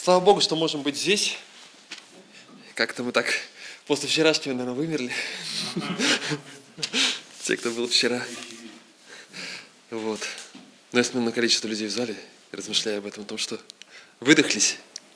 Слава Богу, что можем быть здесь. Как-то мы так после вчерашнего, наверное, вымерли. Те, кто был вчера. Вот. Но я смотрю на количество людей в зале, размышляя об этом, о том, что выдохлись.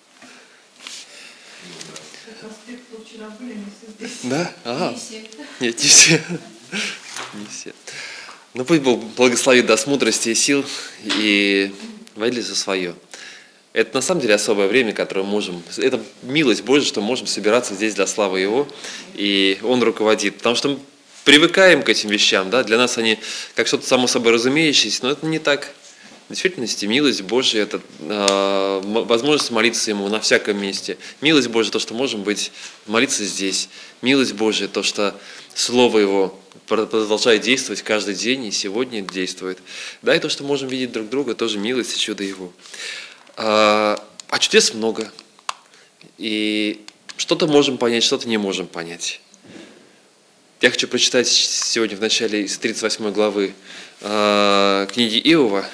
Да? Ага. Не все. Нет, не все. Не все. Но пусть Бог благословит даст мудрости и сил и водили за свое. Это на самом деле особое время, которое можем... Это милость Божья, что можем собираться здесь для славы Его, и Он руководит. Потому что мы привыкаем к этим вещам, да? Для нас они как что-то само собой разумеющееся, но это не так. В действительности милость Божья – это возможность молиться Ему на всяком месте. Милость Божья – то, что можем молиться здесь. Милость Божья – то, что Слово Его продолжает действовать каждый день, и сегодня действует. Да, и то, что можем видеть друг друга, тоже милость и чудо Его. А чудес много. И что-то можем понять, что-то не можем понять. Я хочу прочитать сегодня в начале из 38 главы книги Иова.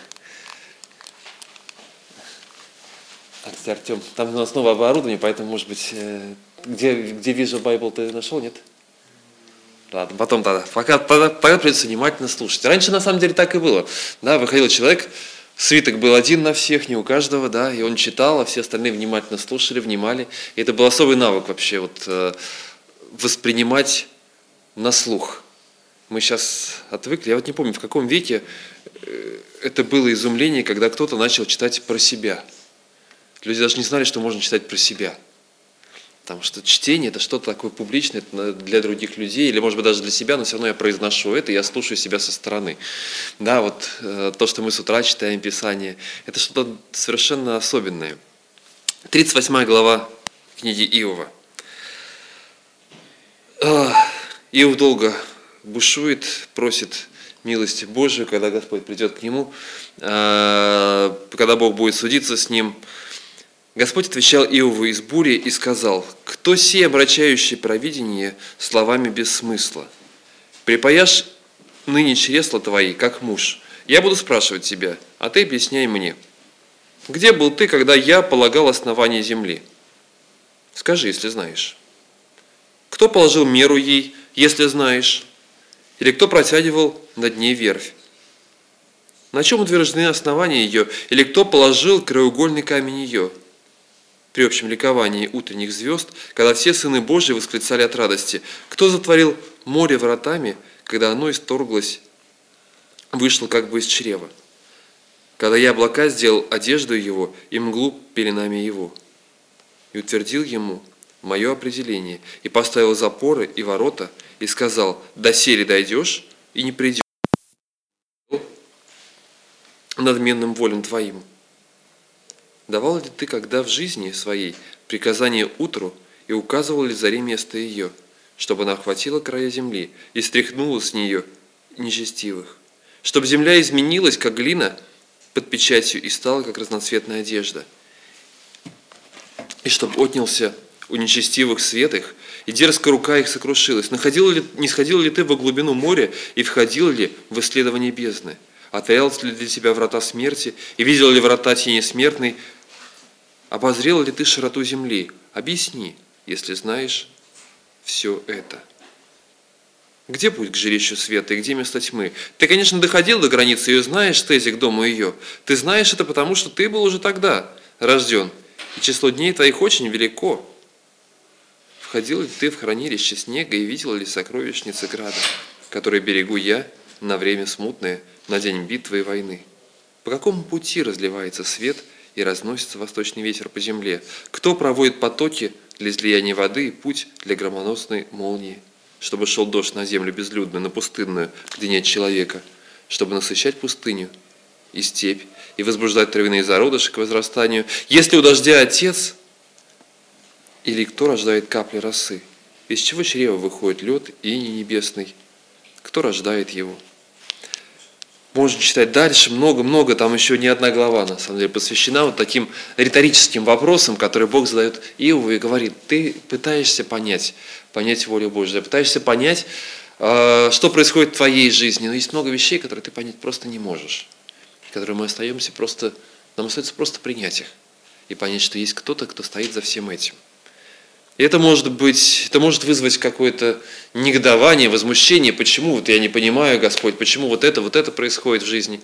Кстати, Артем, там у нас новое оборудование, поэтому, может быть, где Visual Bible ты нашел, нет? Ладно, потом тогда. Пока придется внимательно слушать. Раньше, на самом деле, так и было. Да, выходил человек, свиток был один на всех, не у каждого, да, и он читал, а все остальные внимательно слушали, внимали. И это был особый навык вообще, вот, воспринимать на слух. Мы сейчас отвыкли, я вот не помню, в каком веке это было изумление, когда кто-то начал читать про себя. Люди даже не знали, что можно читать про себя. Потому что чтение – это что-то такое публичное для других людей, или, может быть, даже для себя, но все равно я произношу это, я слушаю себя со стороны. Да, вот то, что мы с утра читаем Писание, это что-то совершенно особенное. 38 глава книги Иова. Иов долго бушует, просит милости Божию, когда Господь придет к нему, когда Бог будет судиться с ним. Господь отвечал Иову из бури и сказал: «Кто сей, омрачающий провидение словами без смысла? Припаяшь ныне чресла твои, как муж. Я буду спрашивать тебя, а ты объясняй мне. Где был ты, когда я полагал основание земли? Скажи, если знаешь. Кто положил меру ей, если знаешь? Или кто протягивал на дне верфь? На чем утверждены основания ее? Или кто положил краеугольный камень ее?» При общем ликовании утренних звезд, когда все сыны Божьи восклицали от радости: «Кто затворил море вратами, когда оно исторглось, вышло как бы из чрева? Когда я облака сделал одеждой его и мглу пеленами его, и утвердил ему мое определение, и поставил запоры и ворота, и сказал: доселе дойдешь и не придешь надменным волям твоим. Давал ли ты когда в жизни своей приказание утру и указывал ли заре место ее, чтобы она охватила края земли и стряхнула с нее нечестивых? Чтобы земля изменилась, как глина под печатью, и стала, как разноцветная одежда? И чтобы отнялся у нечестивых свет их, и дерзкая рука их сокрушилась? Не сходил ли ты во глубину моря и входил ли в исследование бездны? Отворял ли для тебя врата смерти, и видел ли врата тени смертной? Обозрел ли ты широту земли? Объясни, если знаешь все это. Где путь к жилищу света и где место тьмы? Ты, конечно, доходил до границы и знаешь стези к дому ее. Ты знаешь это, потому что ты был уже тогда рожден, и число дней твоих очень велико. Входил ли ты в хранилище снега и видел ли сокровищницы града, которые берегу я на время смутное, на день битвы и войны? По какому пути разливается свет и разносится восточный ветер по земле? Кто проводит потоки для излияния воды и путь для громоносной молнии? Чтобы шел дождь на землю безлюдную, на пустынную, где нет человека, чтобы насыщать пустыню и степь, и возбуждать травяные зародыши к возрастанию. Если у дождя отец, или кто рождает капли росы? Из чего чрева выходит лед и иней небесный? Кто рождает его?» Можно читать дальше, много-много, там еще не одна глава, на самом деле, посвящена вот таким риторическим вопросам, которые Бог задает Иову и говорит: ты пытаешься понять волю Божью, пытаешься понять, что происходит в твоей жизни, но есть много вещей, которые ты понять просто не можешь, которые нам остается просто принять их. и понять, что есть кто-то, кто стоит за всем этим. И это может вызвать какое-то негодование, возмущение. Почему вот я не понимаю, Господь, почему вот это происходит в жизни?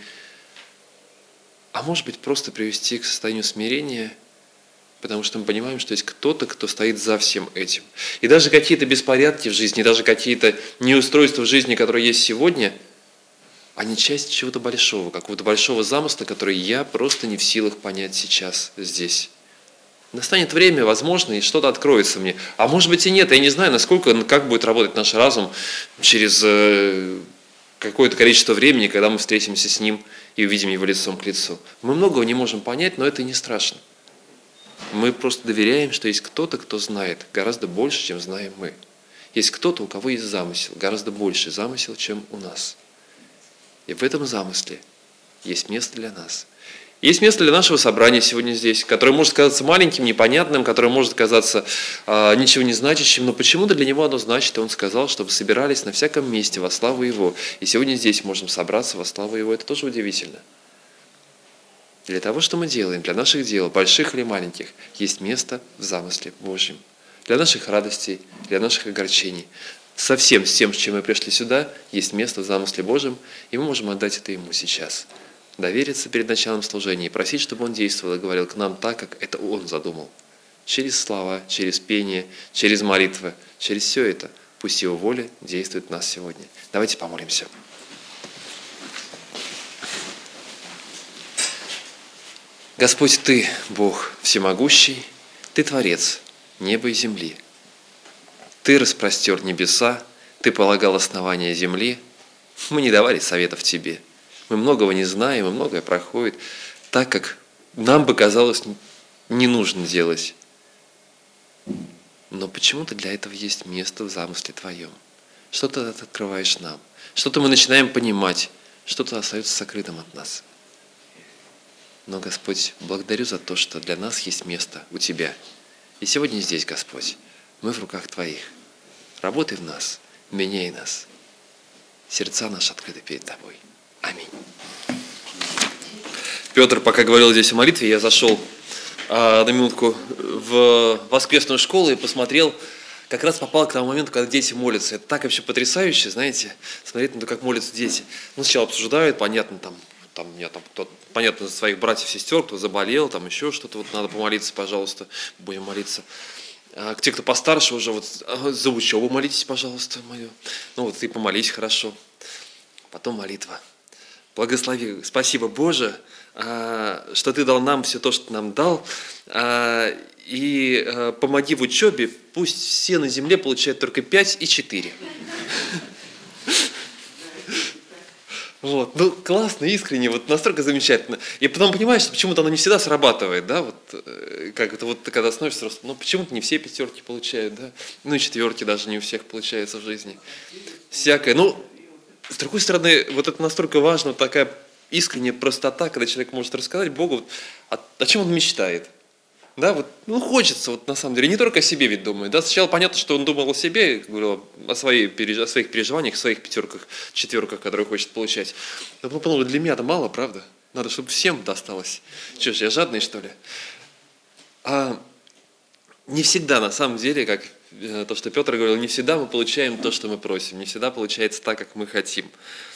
А может быть, просто привести к состоянию смирения, потому что мы понимаем, что есть кто-то, кто стоит за всем этим. И даже какие-то беспорядки в жизни, даже какие-то неустройства в жизни, которые есть сегодня, они часть чего-то большого, какого-то большого замысла, который я просто не в силах понять сейчас, здесь. Настанет время, возможно, и что-то откроется мне. А может быть и нет, я не знаю, как будет работать наш разум через какое-то количество времени, когда мы встретимся с Ним и увидим Его лицом к лицу. Мы многого не можем понять, но это и не страшно. Мы просто доверяем, что есть кто-то, кто знает гораздо больше, чем знаем мы. Есть кто-то, у кого есть замысел, гораздо больше замысел, чем у нас. И в этом замысле есть место для нас. Есть место для нашего собрания сегодня здесь, которое может казаться маленьким, непонятным, которое может казаться ничего не значащим, но почему-то для него оно значит, и он сказал, чтобы собирались на всяком месте во славу Его. И сегодня здесь можем собраться во славу Его. Это тоже удивительно. Для того, что мы делаем, для наших дел, больших или маленьких, есть место в замысле Божьем. Для наших радостей, для наших огорчений. Совсем с тем, с чем мы пришли сюда, есть место в замысле Божьем, и мы можем отдать это Ему сейчас. Довериться перед началом служения и просить, чтобы Он действовал и говорил к нам так, как это Он задумал. Через слова, через пение, через молитвы, через все это. Пусть Его воля действует в нас сегодня. Давайте помолимся. Господь, Ты, Бог всемогущий, Ты Творец неба и земли. Ты распростер небеса, Ты полагал основания земли. Мы не давали советов Тебе. Мы многого не знаем, и многое проходит так, как нам бы казалось не нужно делать. Но почему-то для этого есть место в замысле Твоем. Что-то Ты открываешь нам, что-то мы начинаем понимать, что-то остается сокрытым от нас. Но, Господь, благодарю за то, что для нас есть место у Тебя. И сегодня здесь, Господь, мы в руках Твоих. Работай в нас, меняй нас. Сердца наши открыты перед Тобой. Аминь. Петр пока говорил здесь о молитве, я зашел на минутку в воскресную школу и посмотрел, как раз попал к тому моменту, когда дети молятся. Это так вообще потрясающе, знаете, смотреть на то, как молятся дети. Ну, сначала обсуждают, понятно, понятно, за своих братьев, сестер, кто заболел, там еще что-то, вот надо помолиться, пожалуйста, будем молиться. А те, кто постарше уже, вот за учебу молитесь, пожалуйста, мою. Ну вот и помолись хорошо. Потом молитва. Благослови, спасибо, Боже, что Ты дал нам все то, что Ты нам дал, и помоги в учебе, пусть все на земле получают только 5 и 4. Вот, ну классно, искренне, вот настолько замечательно. И потом понимаешь, что почему-то оно не всегда срабатывает, да, вот как это вот когда становишься взрослым, ну почему-то не все 5 получают, да, ну и 4 даже не у всех получается в жизни. Всякое, ну, с другой стороны, вот это настолько важно, вот такая искренняя простота, когда человек может рассказать Богу, о чем он мечтает. Да, вот, ну, хочется, вот на самом деле, не только о себе ведь думает. Да? Сначала понятно, что он думал о себе, говорил о своих переживаниях, о своих 5, 4, которые хочет получать. Но потом подумал, для меня-то мало, правда? Надо, чтобы всем досталось. Что ж, я жадный, что ли? А не всегда, на самом деле, как то, что Петр говорил, не всегда мы получаем то, что мы просим, не всегда получается так, как мы хотим.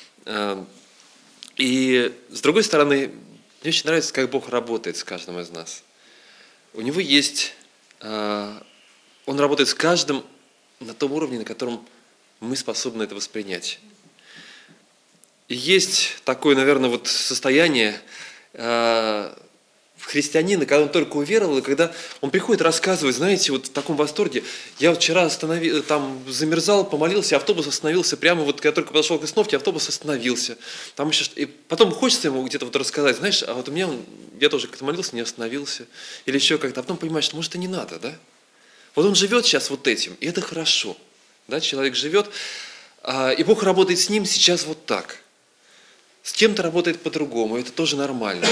И с другой стороны, мне очень нравится, как Бог работает с каждым из нас. У Него есть, Он работает с каждым на том уровне, на котором мы способны это воспринять. И есть такое, наверное, вот состояние христианина, когда он только уверовал, и когда он приходит рассказывать, знаете, вот в таком восторге. Я вот вчера замерзал, помолился, автобус остановился, прямо вот когда только подошел к остановке, автобус остановился. Там еще, и потом хочется ему где-то вот рассказать, знаешь, а вот у меня я тоже как-то молился, не остановился, или еще как-то, а потом понимаешь, что может и не надо, да? Вот он живет сейчас вот этим, и это хорошо, да, человек живет, и Бог работает с ним сейчас вот так. С кем-то работает по-другому, это тоже нормально.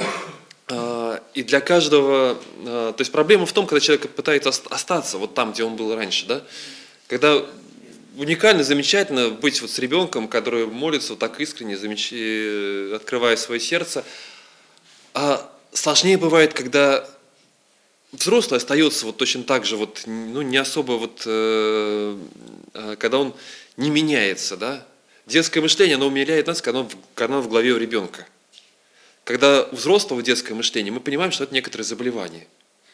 И для каждого, то есть проблема в том, когда человек пытается остаться вот там, где он был раньше, да? Когда уникально, замечательно быть вот с ребенком, который молится вот так искренне, открывая свое сердце. А сложнее бывает, когда взрослый остается вот точно так же, вот, ну, не особо вот, когда он не меняется, да. Детское мышление, оно умеряет нас, когда оно в голове у ребенка. Когда у взрослого детское мышление, мы понимаем, что это некоторое заболевание.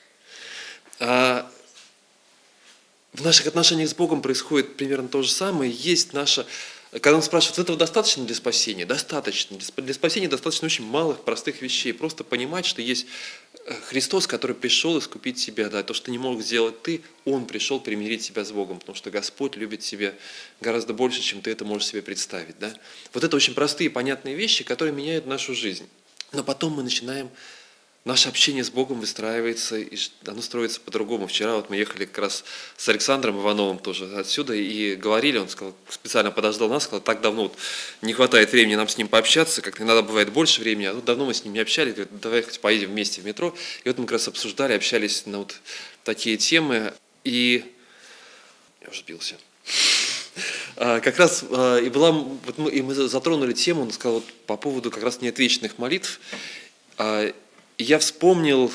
А в наших отношениях с Богом происходит примерно то же самое. Есть наша... Когда он спрашивает, этого достаточно для спасения? Достаточно. Для спасения достаточно очень малых, простых вещей. Просто понимать, что есть Христос, который пришел искупить тебя. Да, то, что не мог сделать ты, Он пришел примирить тебя с Богом. Потому что Господь любит тебя гораздо больше, чем ты это можешь себе представить. Да? Вот это очень простые, понятные вещи, которые меняют нашу жизнь. Но потом мы начинаем... Наше общение с Богом выстраивается, и оно строится по-другому. Вчера вот мы ехали как раз с Александром Ивановым тоже отсюда и говорили, он сказал, специально подождал нас, сказал, так давно вот не хватает времени нам с ним пообщаться, как-то иногда бывает больше времени, а тут давно мы с ним не общались, говорит, давай хоть поедем вместе в метро. И вот мы как раз обсуждали, общались на вот такие темы, и я уже сбился. Как раз и мы затронули тему, он сказал вот, по поводу как раз неотвеченных молитв. Я вспомнил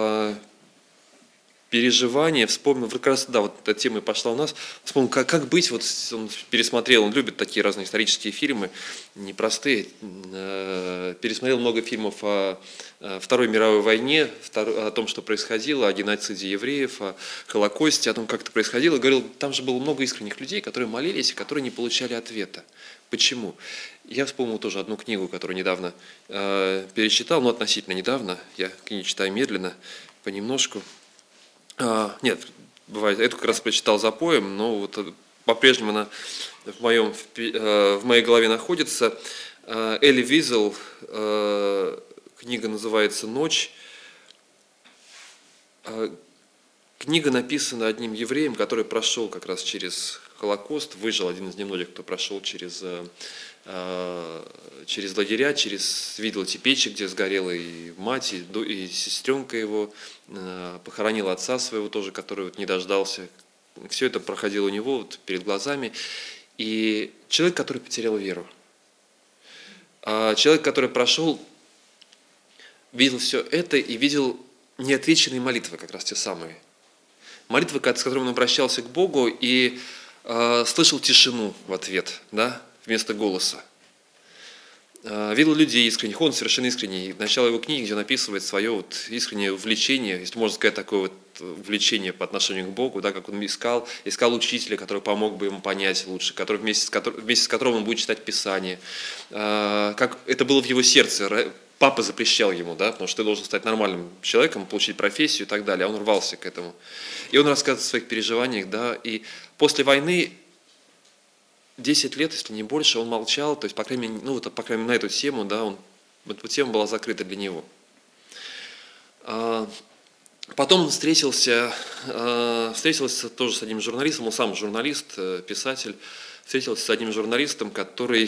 переживания, вспомнил, как раз, да, вот эта тема и пошла у нас, вспомнил, как быть, вот он пересмотрел, он любит такие разные исторические фильмы, непростые, пересмотрел много фильмов о Второй мировой войне, о том, что происходило, о геноциде евреев, о Холокосте, о том, как это происходило, говорил, там же было много искренних людей, которые молились и которые не получали ответа. Почему? Я вспомнил тоже одну книгу, которую недавно перечитал, но относительно недавно. Я книги читаю медленно, понемножку. Нет, бывает, эту как раз прочитал запоем, но вот по-прежнему она в моей голове находится. Эли Визел, книга называется «Ночь». Книга написана одним евреем, который прошел как раз через Холокост, выжил, один из немногих, кто прошел через лагеря, видел эти печи, где сгорела и мать, и сестренка его, похоронила отца своего тоже, который вот не дождался. Все это проходило у него вот перед глазами. И человек, который потерял веру. Человек, который прошел, видел все это и видел неотвеченные молитвы, как раз те самые. Молитвы, с которыми он обращался к Богу и слышал тишину в ответ, да, вместо голоса. Видел людей искренних, он совершенно искренний. Начало его книги, где он описывает свое вот искреннее влечение, если можно сказать, такое вот влечение по отношению к Богу, да, как он искал учителя, который помог бы ему понять лучше, вместе с которым он будет читать Писание. Как это было в его сердце. Папа запрещал ему, да, потому что ты должен стать нормальным человеком, получить профессию и так далее. А он рвался к этому. И он рассказывает о своих переживаниях, да, и после войны 10 лет, если не больше, он молчал, то есть, по крайней мере, на эту тему, да, эта тема была закрыта для него. Потом он встретился тоже с одним журналистом, он сам журналист, писатель, встретился с одним журналистом, который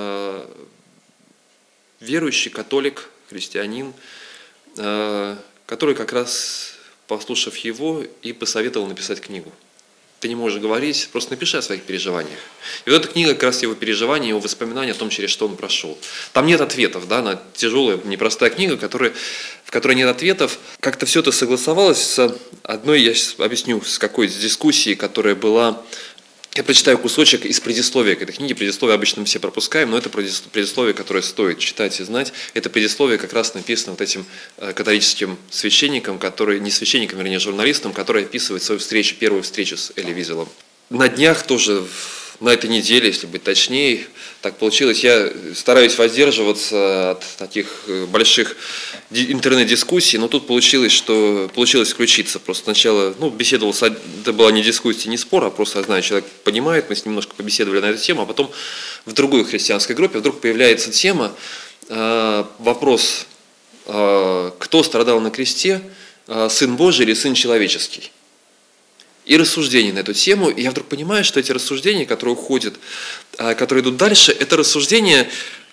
верующий, католик, христианин, который как раз, послушав его, и посоветовал написать книгу. Ты не можешь говорить, просто напиши о своих переживаниях. И вот эта книга как раз его переживания, его воспоминания о том, через что он прошел. Там нет ответов, да, она тяжелая, непростая книга, в которой нет ответов. Как-то все это согласовалось с одной, я сейчас объясню, с какой-то дискуссии, которая была. Я прочитаю кусочек из предисловия к этой книге. Предисловие обычно мы все пропускаем, но это предисловие, которое стоит читать и знать. Это предисловие как раз написано вот этим католическим священником, не священником, вернее, журналистом, который описывает свою первую встречу с Эли Визелом. На днях тоже, на этой неделе, если быть точнее, так получилось. Я стараюсь воздерживаться от таких больших интернет-дискуссий, но тут получилось включиться. Просто сначала, беседовал, это была не дискуссия, не спор, а просто, я знаю, человек понимает, мы с ним немножко побеседовали на эту тему, а потом в другой христианской группе вдруг появляется тема, вопрос, кто страдал на кресте, Сын Божий или Сын Человеческий? И рассуждения на эту тему, и я вдруг понимаю, что эти рассуждения, которые идут дальше, это рассуждения,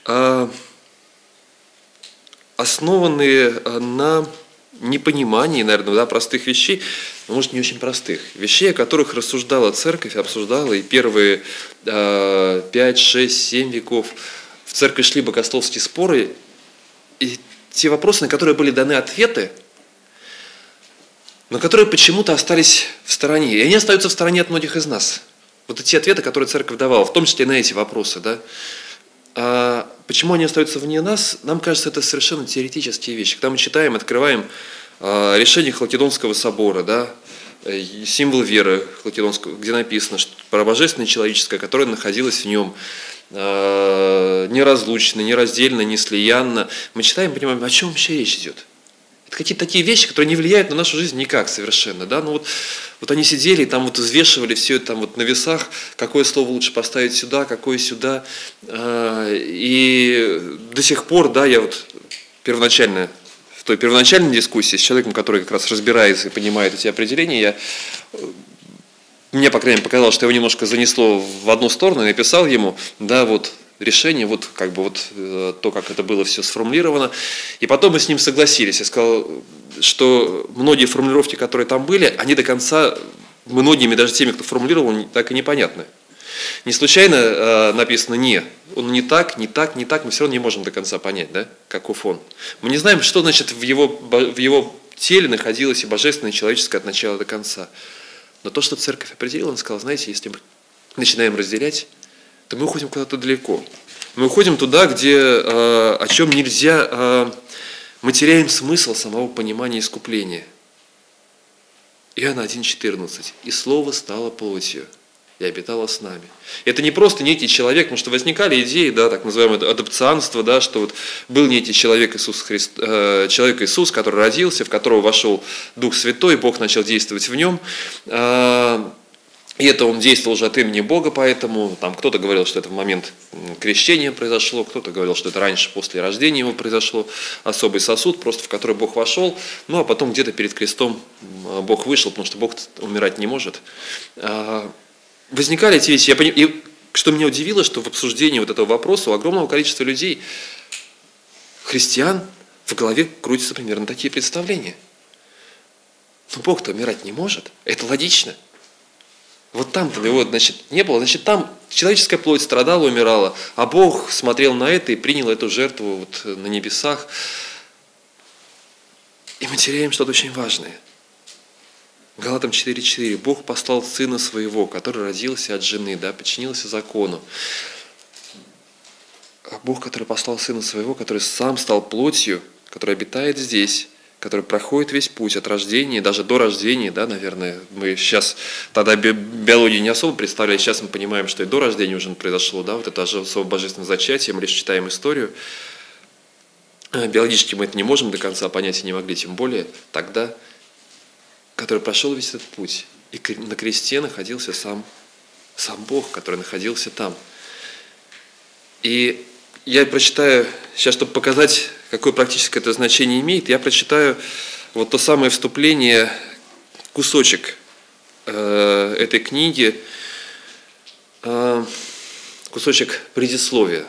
основанные на непонимании, наверное, да, простых вещей, но, может, не очень простых. Вещей, о которых рассуждала церковь, обсуждала, и первые 5, 6, 7 веков в церковь шли богословские споры, и те вопросы, на которые были даны ответы, но которые почему-то остались в стороне. И они остаются в стороне от многих из нас. Вот эти ответы, которые церковь давала, в том числе на эти вопросы, да. А почему они остаются вне нас, нам кажется, это совершенно теоретические вещи. Когда мы читаем, открываем решение Халкидонского собора, да, символ веры Халкидонского, где написано, что про божественное человеческое, которое находилось в нем, неразлучно, нераздельно, неслиянно, мы читаем, понимаем, о чем вообще речь идет. Это какие-то такие вещи, которые не влияют на нашу жизнь никак совершенно. Да? Ну вот они сидели и там вот взвешивали все это там вот на весах, какое слово лучше поставить сюда, какое сюда. И до сих пор, да, я вот в той первоначальной дискуссии с человеком, который как раз разбирается и понимает эти определения, мне, по крайней мере, показалось, что его немножко занесло в одну сторону, и написал ему, да, вот решение, вот как бы вот то, как это было все сформулировано. И потом мы с ним согласились. Я сказал, что многие формулировки, которые там были, они до конца, многими, даже теми, кто формулировал, так и непонятны. Не случайно написано «не». Он не так, не так, не так, мы все равно не можем до конца понять, да, каков он. Мы не знаем, что значит в его теле находилось и божественное, и человеческое от начала до конца. Но то, что церковь определила, он сказал, знаете, если мы начинаем разделять, то мы уходим куда-то далеко. Мы уходим туда, где о чем нельзя, мы теряем смысл самого понимания искупления. Иоанна 1,14. «И Слово стало плотью, и обитало с нами». Это не просто некий человек, потому что возникали идеи, да, так называемое адопцианство, да, что вот был некий человек человек Иисус, который родился, в которого вошел Дух Святой, Бог начал действовать в нем. И это он действовал уже от имени Бога, поэтому там кто-то говорил, что это в момент крещения произошло, кто-то говорил, что это раньше, после рождения его произошло, особый сосуд, просто в который Бог вошел, ну а потом где-то перед крестом Бог вышел, потому что Бог умирать не может. Возникали эти вещи. И что меня удивило, что в обсуждении вот этого вопроса у огромного количества людей, христиан, в голове крутятся примерно такие представления. Но Бог-то умирать не может, это логично. Вот там-то его, значит, не было, значит, там человеческая плоть страдала, умирала, а Бог смотрел на это и принял эту жертву вот на небесах. И мы теряем что-то очень важное. Галатам 4,4. Бог послал Сына Своего, который родился от жены, да, подчинился закону. А Бог, который послал Сына Своего, который сам стал плотью, который обитает здесь, который проходит весь путь от рождения, даже до рождения, да, наверное, мы сейчас, тогда биологию не особо представляли, сейчас мы понимаем, что и до рождения уже произошло, да, вот это же особо божественное зачатие, мы лишь читаем историю. Биологически мы это не можем до конца понять и не могли, тем более тогда, который прошел весь этот путь, и на кресте находился сам Бог, который находился там. И я прочитаю, сейчас, чтобы показать, какое практическое это значение имеет, я прочитаю вот то самое вступление, кусочек этой книги, кусочек предисловия.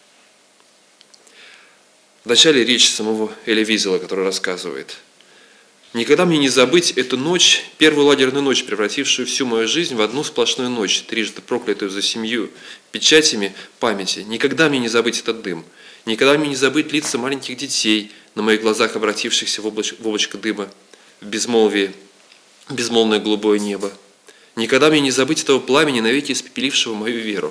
Вначале речь самого Эля Визела, который рассказывает. «Никогда мне не забыть эту ночь, первую лагерную ночь, превратившую всю мою жизнь в одну сплошную ночь, трижды проклятую за семью печатями памяти. Никогда мне не забыть этот дым. Никогда мне не забыть лица маленьких детей, на моих глазах обратившихся в облачко дыма, в безмолвие, безмолвное голубое небо. Никогда мне не забыть этого пламени, навеки испепелившего мою веру.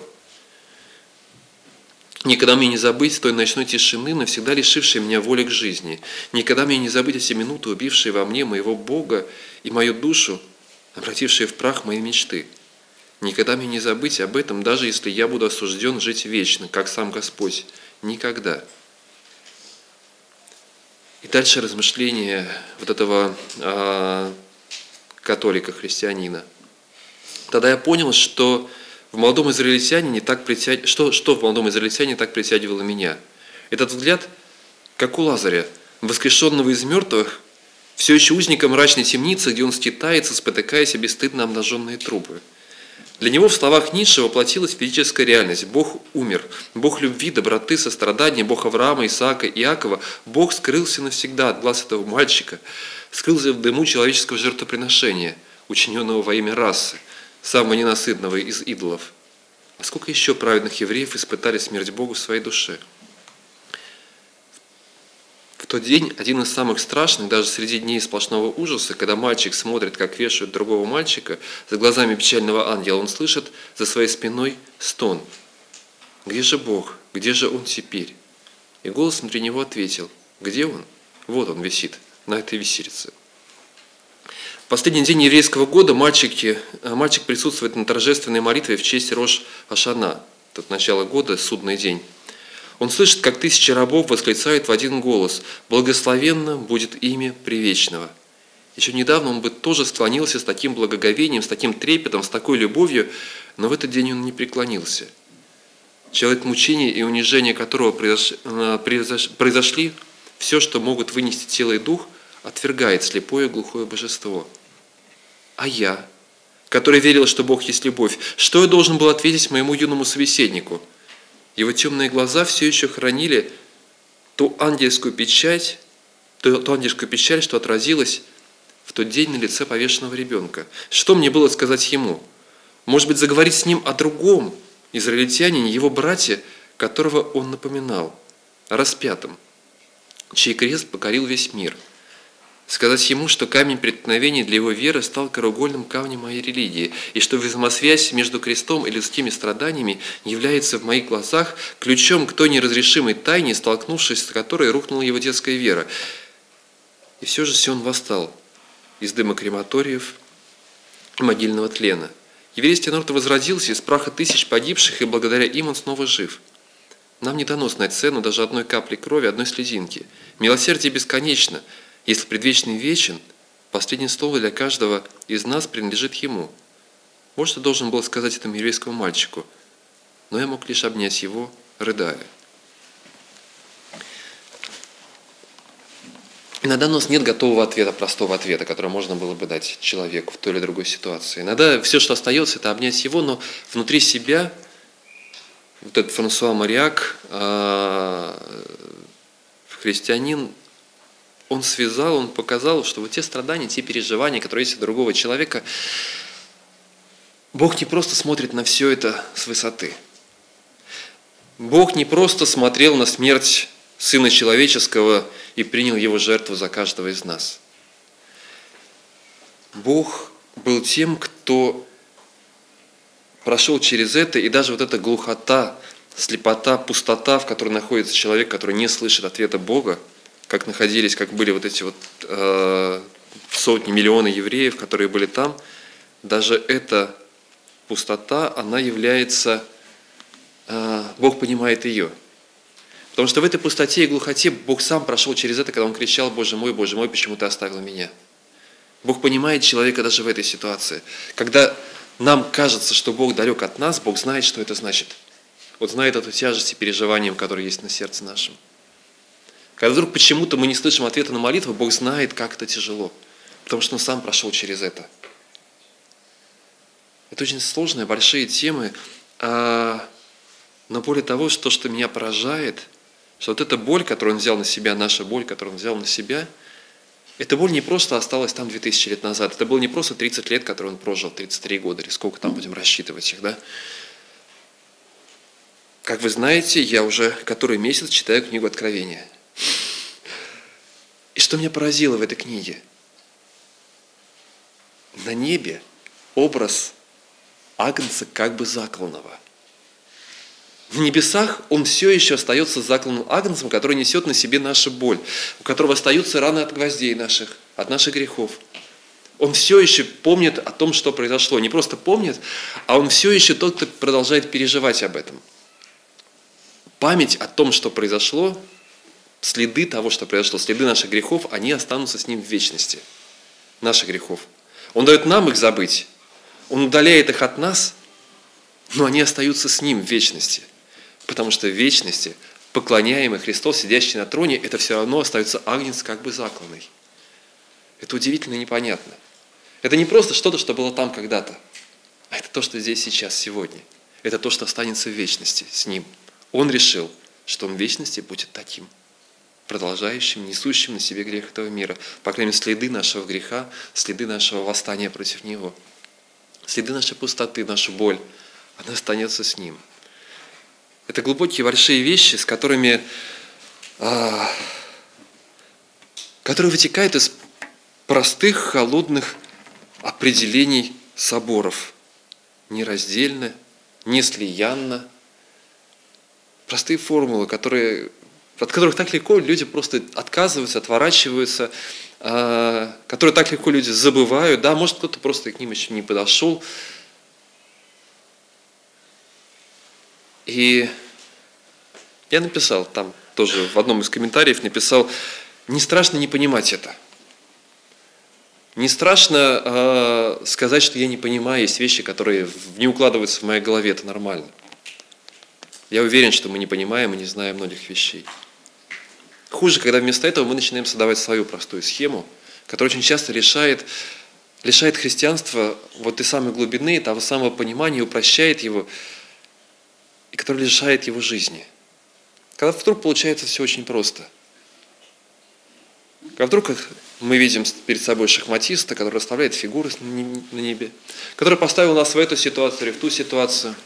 Никогда мне не забыть той ночной тишины, навсегда лишившей меня воли к жизни. Никогда мне не забыть эти минуты, убившие во мне моего Бога и мою душу, обратившие в прах мои мечты. Никогда мне не забыть об этом, даже если я буду осужден жить вечно, как сам Господь. Никогда». И дальше размышления вот этого католика, христианина. Тогда я понял, что в молодом израильтянине что в молодом израильтянине так притягивало меня. Этот взгляд, как у Лазаря, воскрешенного из мертвых, все еще узника мрачной темницы, где он скитается, спотыкаясь о бесстыдно обнаженные трупы. Для него в словах Ницше воплотилась физическая реальность. Бог умер. Бог любви, доброты, сострадания, Бог Авраама, Исаака, Иакова. Бог скрылся навсегда от глаз этого мальчика, скрылся в дыму человеческого жертвоприношения, учиненного во имя расы, самого ненасытного из идолов. А сколько еще праведных евреев испытали смерть Богу в своей душе? В тот день один из самых страшных, даже среди дней сплошного ужаса, когда мальчик смотрит, как вешают другого мальчика, за глазами печального ангела, он слышит за своей спиной стон. «Где же Бог? Где же Он теперь?» И голос внутри него ответил: «Где Он? Вот Он висит на этой виселице». В последний день еврейского года мальчик присутствует на торжественной молитве в честь Рош-ха-Шана, это начало года, судный день. Он слышит, как тысячи рабов восклицают в один голос: «Благословенно будет имя Превечного». Еще недавно он бы тоже склонился с таким благоговением, с таким трепетом, с такой любовью, но в этот день он не преклонился. Человек, мучения и унижения которого произошли, все, что могут вынести тело и дух, отвергает слепое глухое божество. А я, который верил, что Бог есть любовь, что я должен был ответить моему юному собеседнику? Его темные глаза все еще хранили ту ангельскую печать, что отразилась в тот день на лице повешенного ребенка. Что мне было сказать ему? Может быть, заговорить с ним о другом израильтянине, его брате, которого он напоминал, о распятом, чей крест покорил весь мир. Сказать ему, что камень преткновения для его веры стал краеугольным камнем моей религии, и что взаимосвязь между крестом и людскими страданиями является в моих глазах ключом к той неразрешимой тайне, столкнувшись с которой рухнула его детская вера. И все же Сион восстал из дыма крематориев и могильного тлена. Еврейский народ возродился из праха тысяч погибших, и благодаря им он снова жив. Нам не дано знать цену даже одной капли крови, одной слезинки. Милосердие бесконечно. Если предвечный вечен, последнее слово для каждого из нас принадлежит ему. Может, я должен был сказать этому еврейскому мальчику, но я мог лишь обнять его, рыдая. Иногда у нас нет готового ответа, простого ответа, который можно было бы дать человеку в той или другой ситуации. Иногда все, что остается, это обнять его, но внутри себя, вот этот Франсуа Мариак, христианин, он связал, он показал, что вот те страдания, те переживания, которые есть у другого человека, Бог не просто смотрит на все это с высоты. Бог не просто смотрел на смерть Сына Человеческого и принял Его жертву за каждого из нас. Бог был тем, кто прошел через это, и даже вот эта глухота, слепота, пустота, в которой находится человек, который не слышит ответа Бога, как были вот эти сотни, миллионы евреев, которые были там, даже эта пустота, она является, Бог понимает ее. Потому что в этой пустоте и глухоте Бог сам прошел через это, когда Он кричал: Боже мой, почему Ты оставил меня?» Бог понимает человека даже в этой ситуации. Когда нам кажется, что Бог далек от нас, Бог знает, что это значит. Он знает эту тяжесть и переживания, которые есть на сердце нашем. Когда вдруг почему-то мы не слышим ответа на молитву, Бог знает, как это тяжело, потому что Он сам прошел через это. Это очень сложные, большие темы, но более того, что меня поражает, что вот эта боль, которую Он взял на себя, наша боль, которую Он взял на себя, эта боль не просто осталась там 2000 лет назад, это было не просто 30 лет, которые Он прожил, 33 года, или сколько там будем рассчитывать их, да? Как вы знаете, я уже который месяц читаю книгу Откровения. И что меня поразило в этой книге? На небе образ Агнца как бы закланного. В небесах он все еще остается закланным Агнцем, который несет на себе нашу боль, у которого остаются раны от гвоздей наших, от наших грехов. Он все еще помнит о том, что произошло. Не просто помнит, а он все еще тот, кто продолжает переживать об этом. Память о том, что произошло, следы того, что произошло, следы наших грехов, они останутся с ним в вечности. Наших грехов. Он дает нам их забыть. Он удаляет их от нас, но они остаются с ним в вечности. Потому что в вечности поклоняемый Христос, сидящий на троне, это все равно остается Агнец как бы закланный. Это удивительно и непонятно. Это не просто что-то, что было там когда-то, а это то, что здесь, сейчас, сегодня. Это то, что останется в вечности с ним. Он решил, что он в вечности будет таким, продолжающим, несущим на себе грех этого мира. По крайней мере, следы нашего греха, следы нашего восстания против него, следы нашей пустоты, нашу боль, она останется с ним. Это глубокие, большие вещи, с которыми который вытекает из простых, холодных определений соборов. Нераздельно, неслиянно. Простые формулы, от которых так легко люди просто отказываются, отворачиваются, которые так легко люди забывают. Да, может, кто-то просто к ним еще не подошел. И я написал там, тоже в одном из комментариев написал: не страшно не понимать это. Не страшно сказать, что я не понимаю, есть вещи, которые не укладываются в моей голове, это нормально. Я уверен, что мы не понимаем и не знаем многих вещей. Хуже, когда вместо этого мы начинаем создавать свою простую схему, которая очень часто лишает христианства вот той самой глубины, того самого понимания, упрощает его, и которая лишает его жизни. Когда вдруг получается все очень просто. Когда вдруг мы видим перед собой шахматиста, который расставляет фигуры на небе, который поставил нас в эту ситуацию или в ту ситуацию,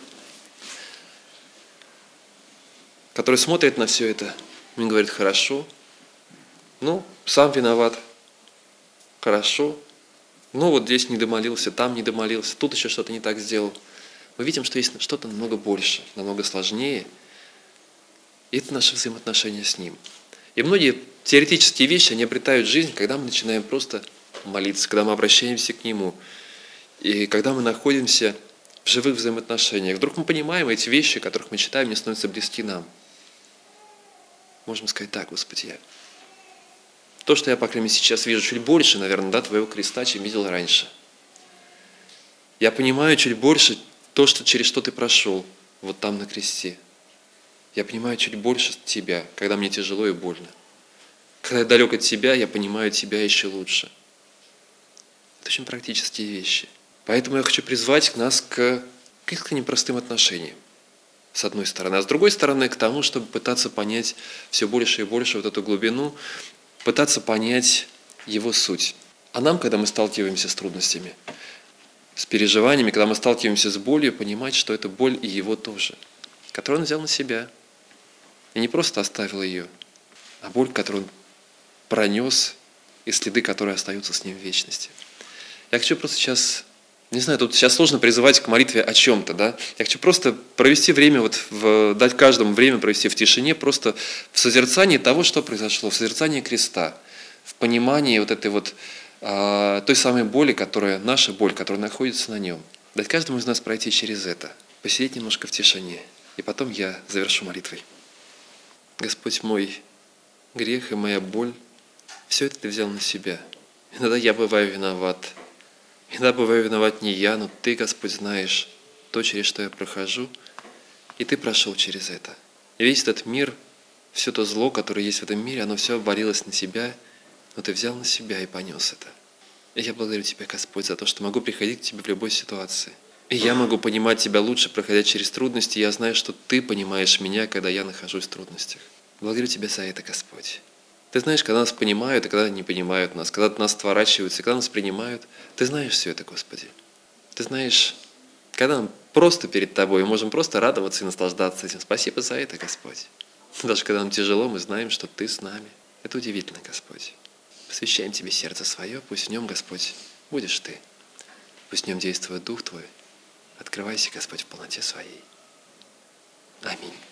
который смотрит на все это и говорит: хорошо, сам виноват, хорошо, вот здесь не домолился, там не домолился, тут еще что-то не так сделал. Мы видим, что есть что-то намного больше, намного сложнее, и это наши взаимоотношения с Ним. И многие теоретические вещи, они обретают жизнь, когда мы начинаем просто молиться, когда мы обращаемся к Нему, и когда мы находимся в живых взаимоотношениях. Вдруг мы понимаем эти вещи, которых мы читаем, они становятся близки нам. Можем сказать: так, Господи, то, что я, по крайней мере, сейчас вижу чуть больше, наверное, Твоего креста, чем видел раньше. Я понимаю чуть больше то, через что Ты прошел, вот там на кресте. Я понимаю чуть больше Тебя, когда мне тяжело и больно. Когда я далек от Тебя, я понимаю Тебя еще лучше. Это очень практические вещи. Поэтому я хочу призвать нас к искренним простым отношениям, с одной стороны. А с другой стороны, к тому, чтобы пытаться понять все больше и больше вот эту глубину, пытаться понять Его суть. А нам, когда мы сталкиваемся с трудностями, с переживаниями, когда мы сталкиваемся с болью, понимать, что это боль и Его тоже, которую Он взял на себя. И не просто оставил ее, а боль, которую Он пронес, и следы, которые остаются с Ним в вечности. Я хочу просто сейчас, не знаю, тут сейчас сложно призывать к молитве о чем-то, да? Я хочу просто провести время, дать каждому время провести в тишине, просто в созерцании того, что произошло, в созерцании креста, в понимании вот этой той самой боли, наша боль, которая находится на Нем. Дать каждому из нас пройти через это, посидеть немножко в тишине, и потом я завершу молитвой. Господь, мой грех и моя боль, все это Ты взял на себя. Иногда я бываю виноват. Иногда бываю виноват не я, но Ты, Господь, знаешь то, через что я прохожу, и Ты прошел через это. И весь этот мир, все то зло, которое есть в этом мире, оно все обвалилось на Тебя, но Ты взял на себя и понес это. И я благодарю Тебя, Господь, за то, что могу приходить к Тебе в любой ситуации. И я могу понимать Тебя лучше, проходя через трудности. Я знаю, что Ты понимаешь меня, когда я нахожусь в трудностях. Благодарю Тебя за это, Господь. Ты знаешь, когда нас понимают, и когда не понимают нас, когда нас отворачиваются, и когда нас принимают. Ты знаешь все это, Господи. Ты знаешь, когда мы просто перед Тобой, мы можем просто радоваться и наслаждаться этим. Спасибо за это, Господь. Даже когда нам тяжело, мы знаем, что Ты с нами. Это удивительно, Господь. Посвящаем Тебе сердце свое, пусть в нем, Господь, будешь Ты. Пусть в нем действует Дух Твой. Открывайся, Господь, в полноте Своей. Аминь.